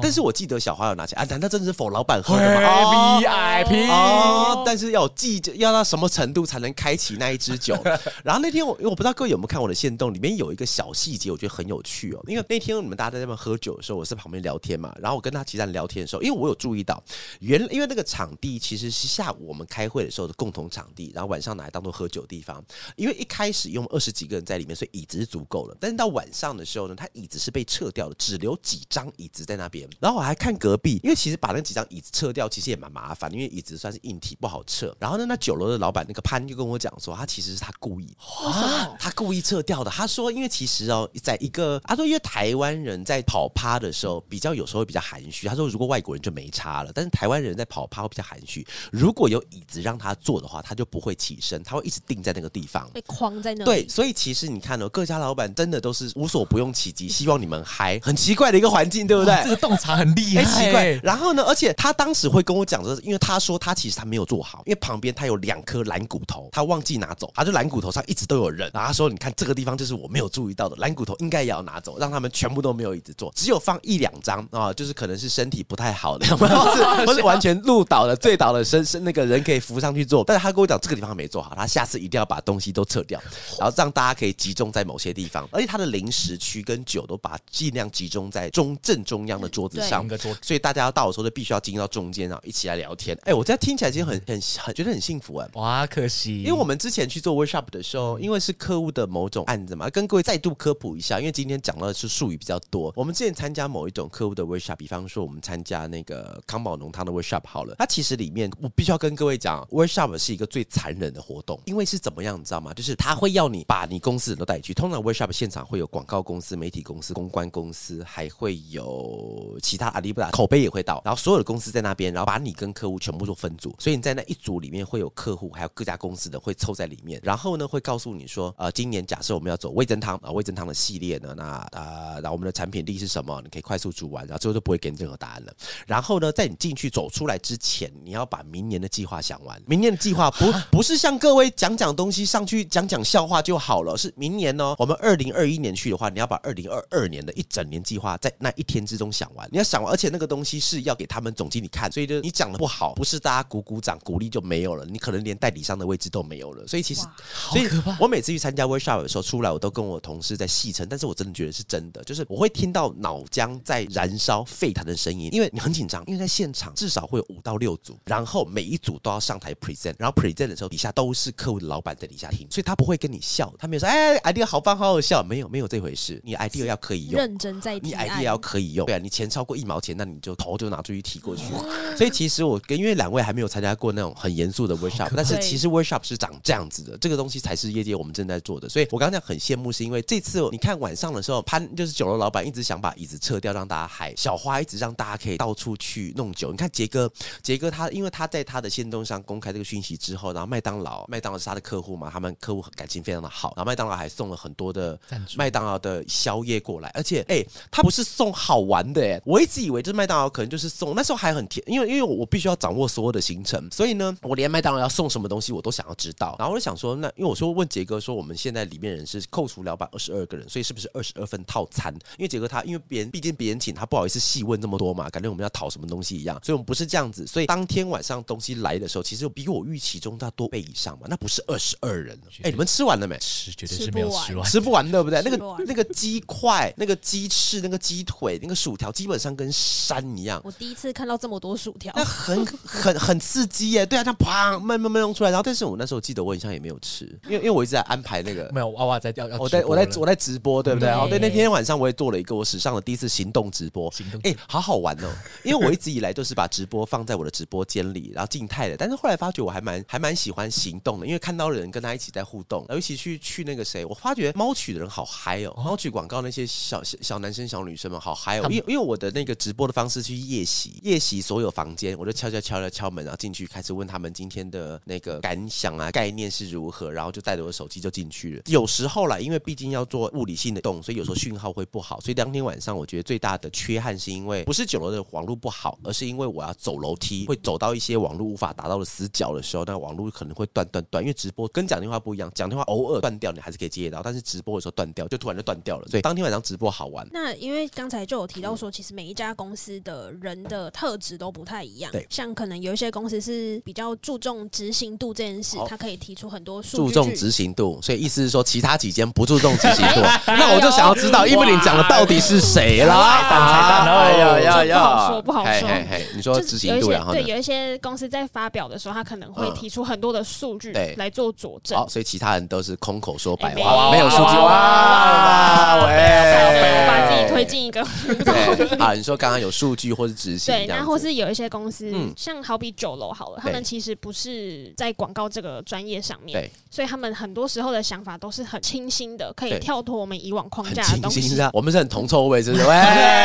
但是我记得小花有拿起来啊，难道真的是否老板喝的吗 ？V I P 哦，但是要有记要到什么程度才能开启那一支酒？然后那天我因为我不知道各位有没有看我的限动，里面有一个小细节，我觉得很有趣哦。因为那天你们大家在那边喝酒的时候，我是旁边聊天嘛，然后我跟他其他人聊天的时候，因为我有注意到，原因为那个场地其实是下午我们开会的时候的共同场地，然后晚上拿来当做喝酒的地方。因为一开始用二十几个人在里面，所以椅子是足够了。但是到晚上的时候呢，他椅子是被撤掉的，只留几张椅子在那边。然后我还看隔壁，因为其实把那几张椅子撤掉，其实也蛮麻烦，因为椅子算是硬体，不好撤。然后呢，那酒楼的老板那个潘就跟我讲说，他其实是他故意， 为什么？ 他故意撤掉的。他说，因为其实哦，在一个他说，因为台湾人在跑趴的时候，比较有时候会比较含蓄。他说，如果外国人就没差了，但是台湾人在跑趴会比较含蓄。如果有椅子让他坐的话，他就不会起身，他会一直定在那个地方， 被框在那里。 对，所以其实你看哦，各家老板真的都是无所不用其极，希望你们嗨，很奇怪的一个环境，对不对？ 这个洞察很厉害、欸， 奇怪。然后呢，而且他当时会跟我讲的，因为他说他其实他没有做好，因为旁边他有两颗蓝骨头，他忘记拿走，他就蓝骨头上一直都有人。然后他说，你看这个地方就是我没有注意到的，蓝骨头应该也要拿走，让他们全部都没有椅子坐，只有放一两张啊，就是可能是身体不太好的，或是或是完全路倒了、醉倒了，身身那个人可以扶上去坐。但是他跟我讲这个地方没做好，他下次一定要把东西都撤掉，然后让大家可以集中在某些地方，而且他的零食区跟酒都把尽量集中在中正中央的桌子上，所以大家要到的时候就必须要进到中间，然后一起来聊天。哎、欸，我这样听起来其实很很很觉得很幸福哎、欸。 哇，可惜， 因为我们之前去做 workshop 的时候，因为是客户的某种案子嘛，跟各位再度科普一下，因为今天讲到的是术语比较多。我们之前参加某一种客户的 workshop， 比方说我们参加那个康宝浓汤的 workshop 好了，它其实里面我必须要跟各位讲 ，workshop 是一个最残忍的活动，因为是怎么样你知道吗？就是他会要你把你公司人都带去，通常 workshop 现场会有广告公司、媒体公司、公关公司，还会有其他阿里不达口碑也会到，然后所有的公司在那边，然后把你跟客户全部做分组，所以你在那一组里面会有客户，还有各家公司的会凑在里面，然后呢会告诉你说，呃，今年假设我们要走味噌汤啊，味噌汤的系列呢，那呃，然后我们的产品力是什么？你可以快速煮完，然后最后就不会给你任何答案了。然后呢，在你进去走出来之前，你要把明年的计划想完。明年的计划不不是像各位讲讲东西上去讲讲笑话就好了，是明年呢，我们二零二一年去的话，你要把二零二二年的一整年计划在那一天之中想完。你要想完，而且那个东西是要给他们总经理看，所以就你讲的不好，不是大家鼓鼓掌鼓励就没有了，你可能连代理商的位置都没有了。所以其实，所以我每次去参加 workshop 的时候出来，我都跟我同事在戏称，但是我真的觉得是真的，就是我会听到脑浆在燃烧、沸腾的声音，因为你很紧张，因为在现场至少会有五到六组，然后每一组都要上台 present， 然后 present 的时候底下都是客户的老板在底下听，所以他不会跟你笑，他没有说哎 idea 好棒好好笑，没有没有这回事，你 idea 要可以用， 认真在提案， 你 idea 要可以用，对啊，你钱超过一毛钱，那你就头就拿出去提过去。所以其实我跟因为两位还没有参加过那种很严肃的 workshop， 但是其实 workshop 是长这样子的，这个东西才是业界我们正在做的。所以我刚刚讲很羡慕，是因为这次你看晚上的时候，潘就是酒楼老板一直想把椅子撤掉让大家嗨，小花一直让大家可以到处去弄酒。你看杰哥，杰哥他因为他在他的限动上公开这个讯息之后，然后麦当劳，麦当劳是他的客户嘛，他们客户感情非常的好，然后麦当劳还送了很多的麦当劳的宵夜过来，而且哎、欸，他不是送好玩的哎、欸，我一直以为就是麦当劳可能就是送，那时候还很甜，因为因为我必须要掌握所有的行程，所以呢，我连麦当劳要送什么东西我都想要知道。然后我就想说，那因为我说问杰哥说，我们现在里面人是扣除老板二十二个人，所以是不是二十二份套餐？因为杰哥他因为别人毕竟别人请他不好意思细问这么多嘛，感觉我们要讨什么东西一样，所以我们不是这样子。所以当天晚上东西来的时候，其实比我预期中大多倍以上嘛，那不是二十二人。哎、欸，你们吃完了没？ 吃绝对是没有吃完， 吃不完对不对？那个那个鸡块、那个鸡翅、那个鸡腿、那个薯条，基本上跟山一样。 我第一次看到这么多薯条， 那很很很刺激耶！对啊，它砰慢慢慢弄出来，然后但是我那时候记得我好像也没有吃，因为因为我一直在安排那个没有娃娃在要要我在我在我在直播，对不对？哦、 嗯， 对，那天晚上我也做了一个我史上的第一次行动直播，行动，哎、欸，好好玩哦！因为我一直以来都是把直播放在我的直播间里，然后静态的，但是后来发觉我还蛮还蛮喜欢行动的，因为看到人跟他一起在互动，然后一起去去那个谁，我发觉猫曲的人好嗨哦，猫曲广告那些小小小男生小女生们好嗨哦，因为因为我的那个直播的方式去夜袭夜袭所有房间，我就敲敲敲敲敲门，然后进去开始问他们今天的那个感想啊概念是如何，然后就带着我的手机就进去了。有时候啦，因为毕竟要做物理性的动，所以有时候讯号会不好，所以当天晚上我觉得最大的缺憾是因为不是酒楼的网络不好，而是因为我要走楼梯会走到一些网络无法达到的死角的时候，那网络可能会断断断，因为直播跟讲电话不一样，讲电话偶尔断掉你还是可以接得到，但是直播的时候断掉就突然就断掉了，所以当天晚上直播好玩。 那因为刚才就有提到说，其实每一家公司的人的特质都不太一样。像可能有一些公司是比较注重执行度这件事，它可以提出很多数据。 注重执行度，所以意思是说其他几间不注重执行度。那我就想要知道 Evelyn 讲的到底是谁啦？ 彩蛋彩蛋哦， 要要要，不好说不好说。 嘿嘿嘿你说执行度，然后对，有一些公司在发表的时候，他可能会提出很多的数据来做佐证。 好，所以其他人都是空口说白话， 没有数据。 哇，我把自己推进一个啊，你说刚刚有数据或是执行， 对，那或是有一些公司，像好比酒楼好了，他们其实不是在广告这个专业上面，所以他们很多时候的想法都是很清新的，可以跳脱我们以往框架的东西。 我们是很铜臭味，是不是？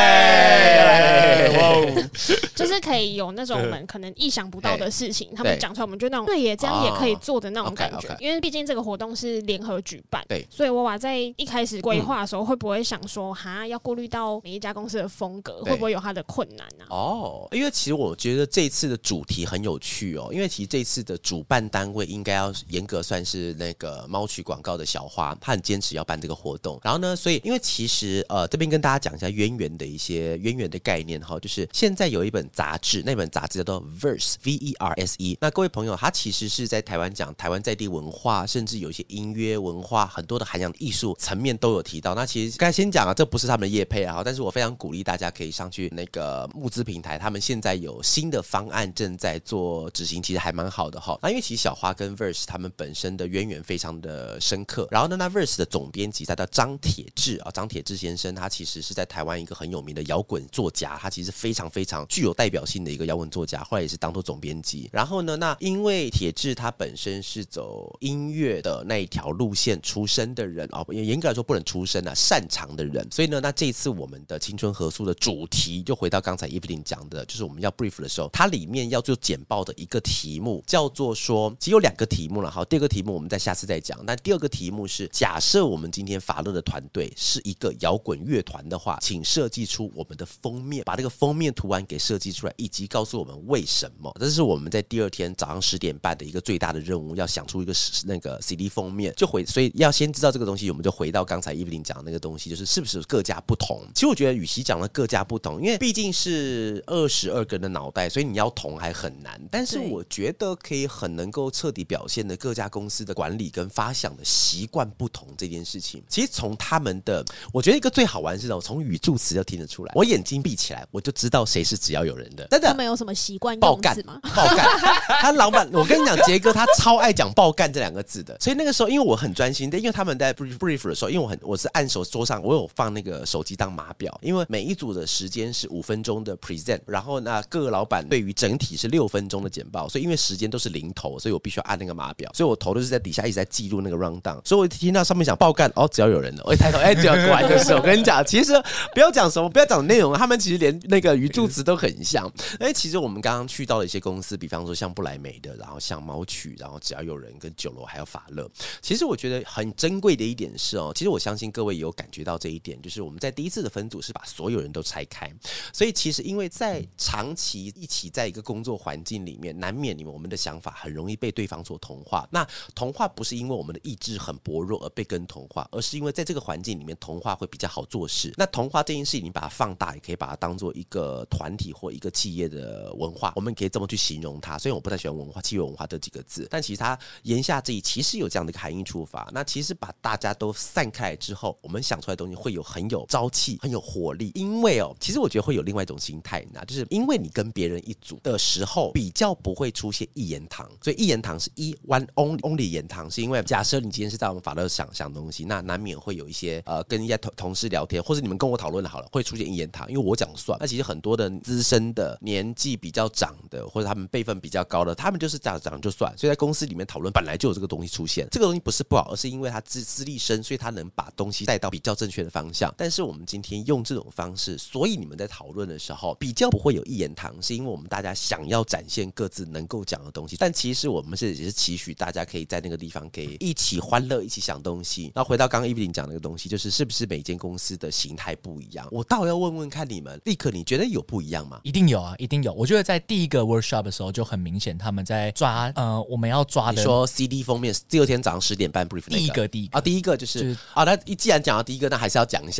就是可以有那种我们可能意想不到的事情，他们讲出来，我们就那种对耶，这样也可以做的那种感觉。因为毕竟这个活动是联合举办，对，所以我娃在一开始规划的时候，会不会想说，哈，要顾虑到每一家公司的风格，会不会有它的困难啊？ 哦，因为其实我觉得这一次的主题很有趣哦，因为其实这次的主办单位应该要严格算是那个猫曲广告的小花，他很坚持要办这个活动。然后呢，所以因为其实呃这边跟大家讲一下渊源的一些渊源的概念哈，就是现在有一本杂志，那本杂志叫做 Verse V E R S E。那各位朋友，它其实是在台湾讲台湾在地文化，甚至有一些音乐文化，很多的涵养艺术层面都有提到。那其实刚才先讲啊，这不是他们的业配啊，但是我非常鼓励大家可以上去那个募资平台，他们现在有新的方案正在做执行，其实还蛮好的哈。那因为其实小花跟 Verse 他们本身的渊源非常的深刻，然后呢，那 Verse 的总编辑他叫张铁志啊，张铁志先生，他其实是在台湾一个很有名的摇滚作家，他其实非常非常具有代表性的一个摇滚作家，后来也是当做总编辑。然后呢，那因为铁志他本身是走音乐的那一条路线出身的人啊，严格来说不能出身啊，擅长的人。所以呢，那这一次我们的青春合宿的主题就回到刚才 Evelyn 讲的，就是我们要 brief 的时候，它里面要做简报的一个题目叫做说，其实有两个题目了。好，第二个题目我们在下次再讲。那第二个题目是，假设我们今天法乐的团队是一个摇滚乐团的话，请设计出我们的封面，把这个封面图案给设计出来，以及告诉我们为什么。这是我们在第二天早上十点半的一个最大的任务，要想出一个那个 C D 封面，就回，所以要先知道这个东西，我们就回到刚才 Evelyn 讲的那个东西，就是是不是各家不同。其实我觉得与其讲的各家不同，因为毕竟是二十二个人的脑袋，所以你要同还很难，但是我觉得可以很能够彻底表现的各家公司的管理跟发想的习惯不同这件事情。其实从他们的，我觉得一个最好玩的是，我从语助词就听得出来，我眼睛闭起来我就知道谁是只要有人的。真的， 他们有什么习惯用词吗？ 爆干，他老板，我跟你讲，杰哥他超爱讲爆干这两个字的，所以那个时候因为我很专心，因为他们在 brief brief 的时候，因为我很我是按手桌上，我有放那个手机当码表，因为每一组的时间是五分钟的 present， 然后那各个老板对于整体是六分钟的简报，所以因为时间都是零头，所以我必须要按那个码表，所以我头都是在底下一直在记录那个 round down， 所以我听到上面讲爆干，哦，只要有人了，我一抬头，哎，只要果然就是，我跟你讲，其实不要讲什么，不要讲内容，他们其实连那个语助词都很像。哎，其实我们刚刚去到的一些公司，比方说像不来梅的，然后像猫曲，然后只要有人跟酒楼还有法乐，其实我觉得很珍贵的一点是哦，其实我相信各位也有感觉到这一点，就是我们在第一次的分组是把所有人都拆开，所以其实因为在长期一起在一个工作环境里面，难免你们我们的想法很容易被对方所同化。那同化不是因为我们的意志很薄弱而被跟同化，而是因为在这个环境里面同化会比较好做事。那同化这件事情，你把它放大，也可以把它当做一个团体或一个企业的文化，我们可以这么去形容它。虽然我不太喜欢文化、企业文化这几个字，但其实它言下之意其实有这样的一个含义出发。那其实把大家都散开来之后，我们想出来的东西会有很有朝气、很有活力。因为哦，其实我觉得会有另外一种心态，那就是因为你跟别人一组的时候，比较不会出现一言堂。所以一言堂是一 one only only 言堂，是因为假设你今天是在我们法乐想想东西，那难免会有一些呃跟一些同同事聊天，或者你们跟我讨论好了，会出现一言堂，因为我讲算。那其实很多的资深的、年纪比较长的，或者他们辈分比较高的，他们就是讲讲就算。所以在公司里面讨论，本来就有这个东西出现。这个东西不是不好，而是因为他资资历深，所以他能把东西带到比较正确的方向。但是我们今天用这种方式，所以你们在讨论的时候比较不会有一言堂，是因为我们大家想要展现各自能够讲的东西。但其实我们是也是期许大家可以在那个地方可以一起欢乐，一起想东西。那回到刚刚 Evelyn 讲那个东西，就是是不是每间公司的形态不一样？我倒要问问看你们，立刻你觉得有不一样吗？ 一定有啊，一定有。我觉得在第一个 workshop 的时候就很明显，他们在抓呃我们要抓的。 你说 C D 封面，第二天早上十点半 brief 那个第一个第一个啊，第一个就是、就是、啊，那既然讲到第一个，那还是要讲一下啦。好，就是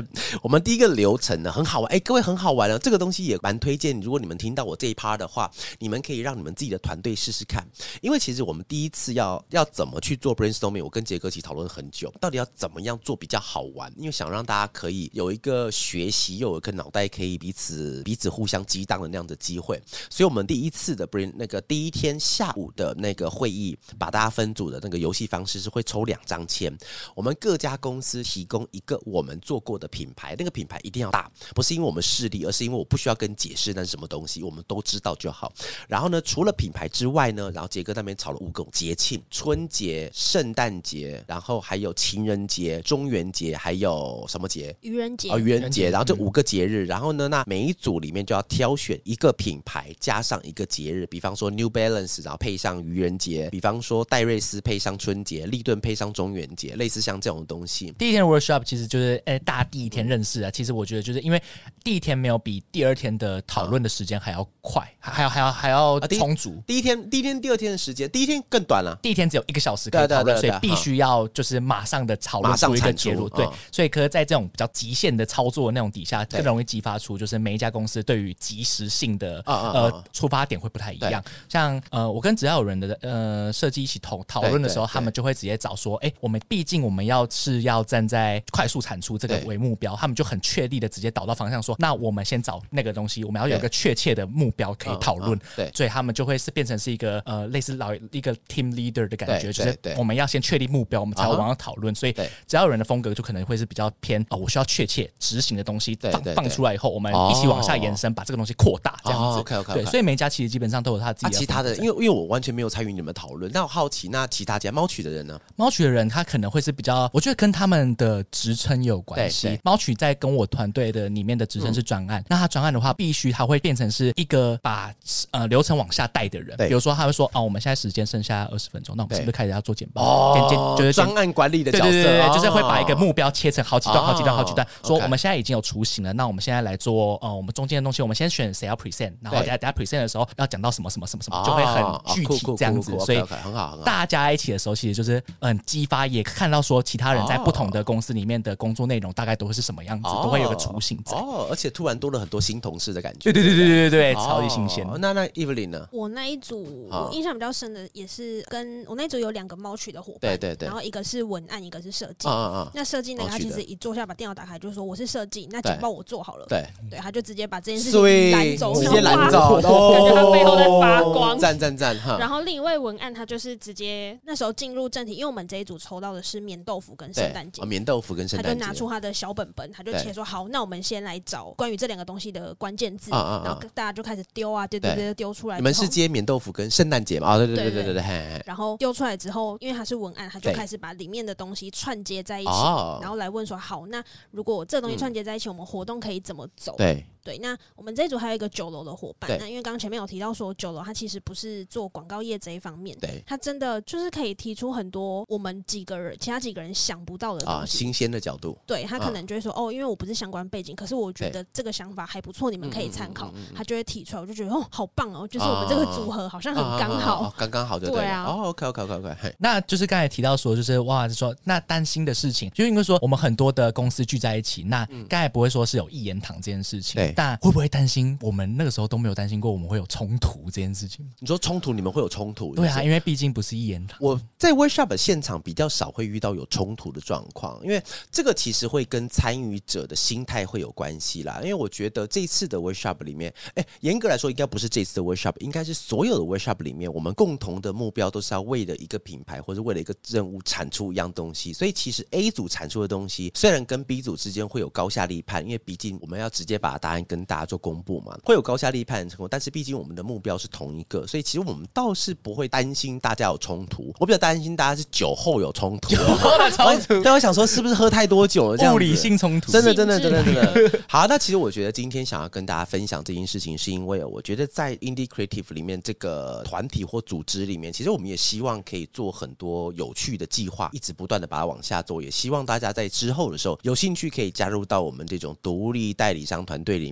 我们第一个流程呢很好玩，哎，各位很好玩哦，这个东西也蛮推荐。如果你们听到我这一 part 的话，你们可以让你们自己的团队试试看，因为其实我们第一次要要怎么去做 brainstorming， 我跟杰哥一起讨论很久，到底要怎么样做比较好玩，因为想让大家可以有一个学习，又有一个脑袋可以彼此彼此互相激荡的那样的机会，所以我们第一次的 brain 那个第一天下午的那个会议，把大家分组的那个游戏方式是会抽两张签，我们各家公司提供一个我们做过的品牌，那个品牌一定要大，不是因为我们势利，而是因为我不需要跟解释那是什么东西，我们都知道就好。然后呢，除了品牌之外呢，然后杰哥那边炒了五个节庆：春节、圣诞节，然后还有情人节、中元节，还有什么节？ 愚人节。 哦，愚人节。然后这五个节日，然后呢，那每一组里面就要挑选一个品牌加上一个节日，比方说 New Balance， 然后配上愚人节；比方说戴瑞斯配上春节，立顿配上中元节，类似像这种东西。 第一天的 workshop 其实就是，诶，大家第一天认识啊。其实我觉得就是因为第一天没有比第二天的讨论的时间还要快，还要还要还要充足。 第一天、第一天、第二天的时间，第一天更短了。 第一天只有一个小时可以讨论，所以必须要就是马上的讨论出一个结论。对，所以可是在这种比较极限的操作那种底下，更容易激发出就是每一家公司对于即时性的呃出发点会不太一样。像呃，我跟只要有人的呃设计一起讨讨论的时候，他们就会直接找说，哎，我们毕竟我们要是要站在快速产出这个为目标，他们就很确立的直接导到方向说，那我们先找那个东西，我们要有一个确切的目标可以讨论。对，所以他们就会是变成是一个呃类似老一个 team leader 的感觉，就是我们要先确立目标，我们才会往上讨论。所以只要有人的风格就可能会是比较偏哦，我需要确切执行的东西放放出来以后，我们一起往下延伸，把这个东西扩大这样子。 OK OK。 对，所以每一家其实基本上都有他自己的。 其他的，因为因为我完全没有参与你们讨论，那我好奇，那其他家猫曲的人呢？ 猫曲的人他可能会是比较，我觉得跟他们的职称有关系。猫曲在跟我团队的里面的职称是专案，嗯、那他专案的话，必须他会变成是一个把呃流程往下带的人。比如说他会说啊、哦，我们现在时间剩下二十分钟，那我们是不是开始要做简报？ 哦，就是专案管理的角色， 对对对对，就是会把一个目标切成好几段、好几段、好几段，说我们现在已经有雏形了，那我们现在来做呃我们中间的东西，我们先选谁要 present， 然后等下等下 present 的时候要讲到什么什么什么什么，就会很具体这样子，所以很好很好。 大家一起的时候，其实就是很激发，也看到说其他人在不同的公司里面的工作内容大概都会是什么样子，都会有个雏形在。 哦，而且突然多了很多新同事的感觉。 对对对对对对，超级新鲜。 那那 Evelyn 呢？ 我那一组我印象比较深的也是跟我那一组有两个猫曲的伙伴， 对对对， 然后一个是文案，一个是设计。那设计呢，他其实一坐下把电脑打开就说我是设计，那简报我做好了。对对，他就直接把这件事情拦走， 直接拦走， 感觉他背后在发光。 赞赞赞！ 然后另一位文案他就是直接那时候进入正题，因为我们这一组抽到的是棉豆腐跟圣诞节， 棉豆腐跟圣诞节， 他就拿出他的小本本，他就切说好，那我们先来找关于这两个东西的关键字，然后大家就开始丢啊，对对对，丢出来。 你们是接棉豆腐跟圣诞节嘛？啊，对对对对对对。 然后丢出来之后，因为他是文案，他就开始把里面的东西串接在一起，然后来问说好，那如果这东西串接在一起，我们活动可以怎么走？对。对，那我们这一组还有一个九楼的伙伴，那因为刚刚前面有提到说九楼他其实不是做广告业这一方面，对，他真的就是可以提出很多我们几个人其他几个人想不到的东西，啊， 新鲜的角度。 对，他可能就会说、啊、哦，因为我不是相关背景，可是我觉得这个想法还不错，你们可以参考、嗯嗯嗯嗯，他就会提出来，我就觉得哦，好棒哦，就是我们这个组合好像很刚好， 刚刚、啊啊啊啊、好就对了。对啊，哦 ，OK OK OK OK。 那就是刚才提到说，就是哇，就说那担心的事情，就因为说我们很多的公司聚在一起，那刚才不会说是有一言堂这件事情，对，但会不会担心？我们那个时候都没有担心过我们会有冲突这件事情。 你说冲突，你们会有冲突？ 对啊，因为毕竟不是一言堂。 我在 workshop 现场比较少会遇到有冲突的状况，因为这个其实会跟参与者的心态会有关系啦。因为我觉得这一次的 workshop 里面，哎，严格来说应该不是这次的 workshop， 应该是所有的 workshop 里面，我们共同的目标都是要为了一个品牌或者为了一个任务产出一样东西。所以其实 A 组产出的东西，虽然跟 B 组之间会有高下立判，因为毕竟我们要直接把答案跟大家做公布嘛，会有高下立判的成功，但是毕竟我们的目标是同一个，所以其实我们倒是不会担心大家有冲突。我比较担心大家是酒后有冲突， 酒后的冲突。 但我想说，是不是喝太多酒了？这样子物理性冲突， 真的真的真的真的。好，那其实我觉得今天想要跟大家分享这件事情，是因为我觉得在 Indie Creative 里面这个团体或组织里面，其实我们也希望可以做很多有趣的计划，一直不断的把它往下做。也希望大家在之后的时候有兴趣可以加入到我们这种独立代理商团队里面。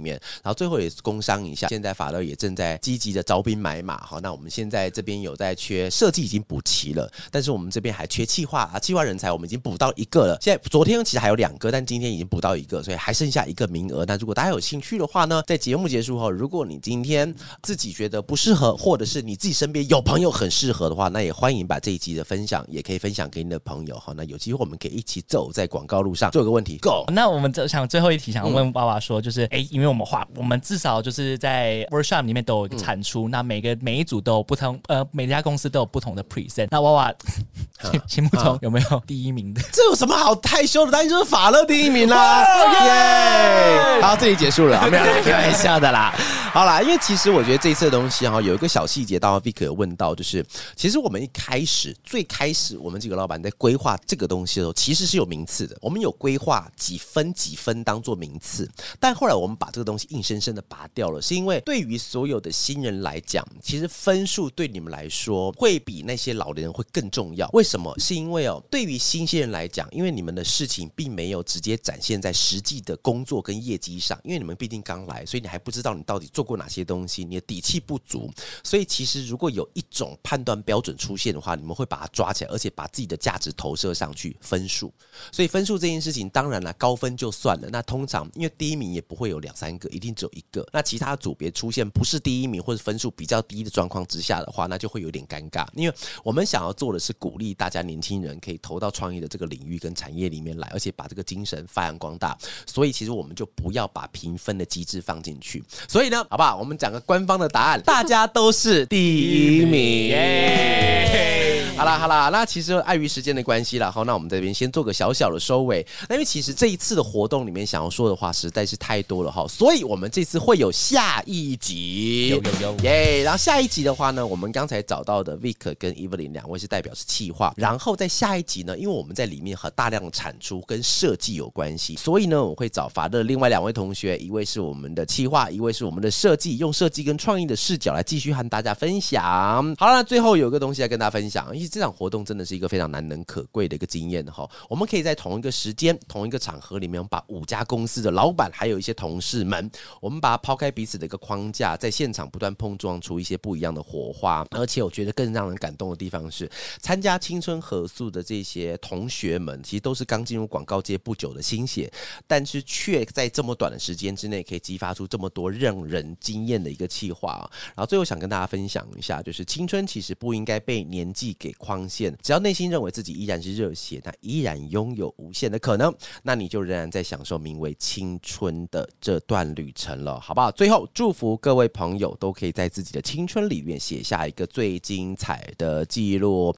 面。然后最后也工商一下，现在法乐也正在积极的招兵买马。好，那我们现在这边有在缺设计已经补齐了，但是我们这边还缺企划啊，企划人才我们已经补到一个了。现在昨天其实还有两个，但今天已经补到一个，所以还剩下一个名额。那如果大家有兴趣的话呢，在节目结束后，如果你今天自己觉得不适合，或者是你自己身边有朋友很适合的话，那也欢迎把这一集的分享也可以分享给你的朋友。好，那有机会我们可以一起走在广告路上。最后一个问题 ，Go。 那我们想最后一题想问娃娃说，就是哎、嗯，因为我们画，我们至少就是在 workshop 里面都有一个产出，嗯、那每个每一组都有不同，呃，每家公司都有不同的 present。那娃娃心目中有没有第一名的？ 这有什么好害羞的？当然就是法乐第一名啦！耶！好，这里结束了，没有开玩笑的啦。好啦，因为其实我觉得这一次的东西哈，有一个小细节，当然 Vic 有问到，就是其实我们一开始最开始，我们几个老板在规划这个东西的时候，其实是有名次的。我们有规划几分几分当做名次，但后来我们把这个东西硬生生的拔掉了，是因为对于所有的新人来讲，其实分数对你们来说会比那些老的人会更重要。为什么？是因为哦，对于新鲜人来讲，因为你们的事情并没有直接展现在实际的工作跟业绩上，因为你们毕竟刚来，所以你还不知道你到底做过哪些东西，你的底气不足。所以其实如果有一种判断标准出现的话，你们会把它抓起来，而且把自己的价值投射上去，分数。所以分数这件事情，当然了，高分就算了。那通常因为第一名也不会有两三个，一定只有一个。那其他组别出现不是第一名或者分数比较低的状况之下的话，那就会有点尴尬。因为我们想要做的是鼓励大家年轻人可以投到创意的这个领域跟产业里面来，而且把这个精神发扬光大。所以其实我们就不要把评分的机制放进去。所以呢，好不好？我们讲个官方的答案，大家都是第一名。好啦好啦，那其实碍于时间的关系啦，好，那我们这边先做个小小的收尾。那因为其实这一次的活动里面想要说的话实在是太多了哈，所以我们这次会有下一集， 有有有耶。Yeah, 然后下一集的话呢，我们刚才找到的 Vic 跟 Evelyn 两位是代表是企划，然后在下一集呢，因为我们在里面和大量的产出跟设计有关系，所以呢，我会找法乐另外两位同学，一位是我们的企划，一位是我们的设计，用设计跟创意的视角来继续和大家分享。好了，那最后有一个东西来跟大家分享，因为这场活动真的是一个非常难能可贵的一个经验哈。我们可以在同一个时间、同一个场合里面，把五家公司的老板还有一些同事们，我们把它抛开彼此的一个框架，在现场不断碰撞出一些不一样的火花。而且我觉得更让人感动的地方是，参加青春合宿的这些同学们，其实都是刚进入广告界不久的新血，但是却在这么短的时间之内，可以激发出这么多让人惊艳的一个企划。然后最后想跟大家分享一下，就是青春其实不应该被年纪给框限，只要内心认为自己依然是热血，那依然拥有无限的可能，那你就仍然在享受名为青春的这段旅程了，好不好？最后祝福各位朋友都可以在自己的青春里面写下一个最精彩的记录。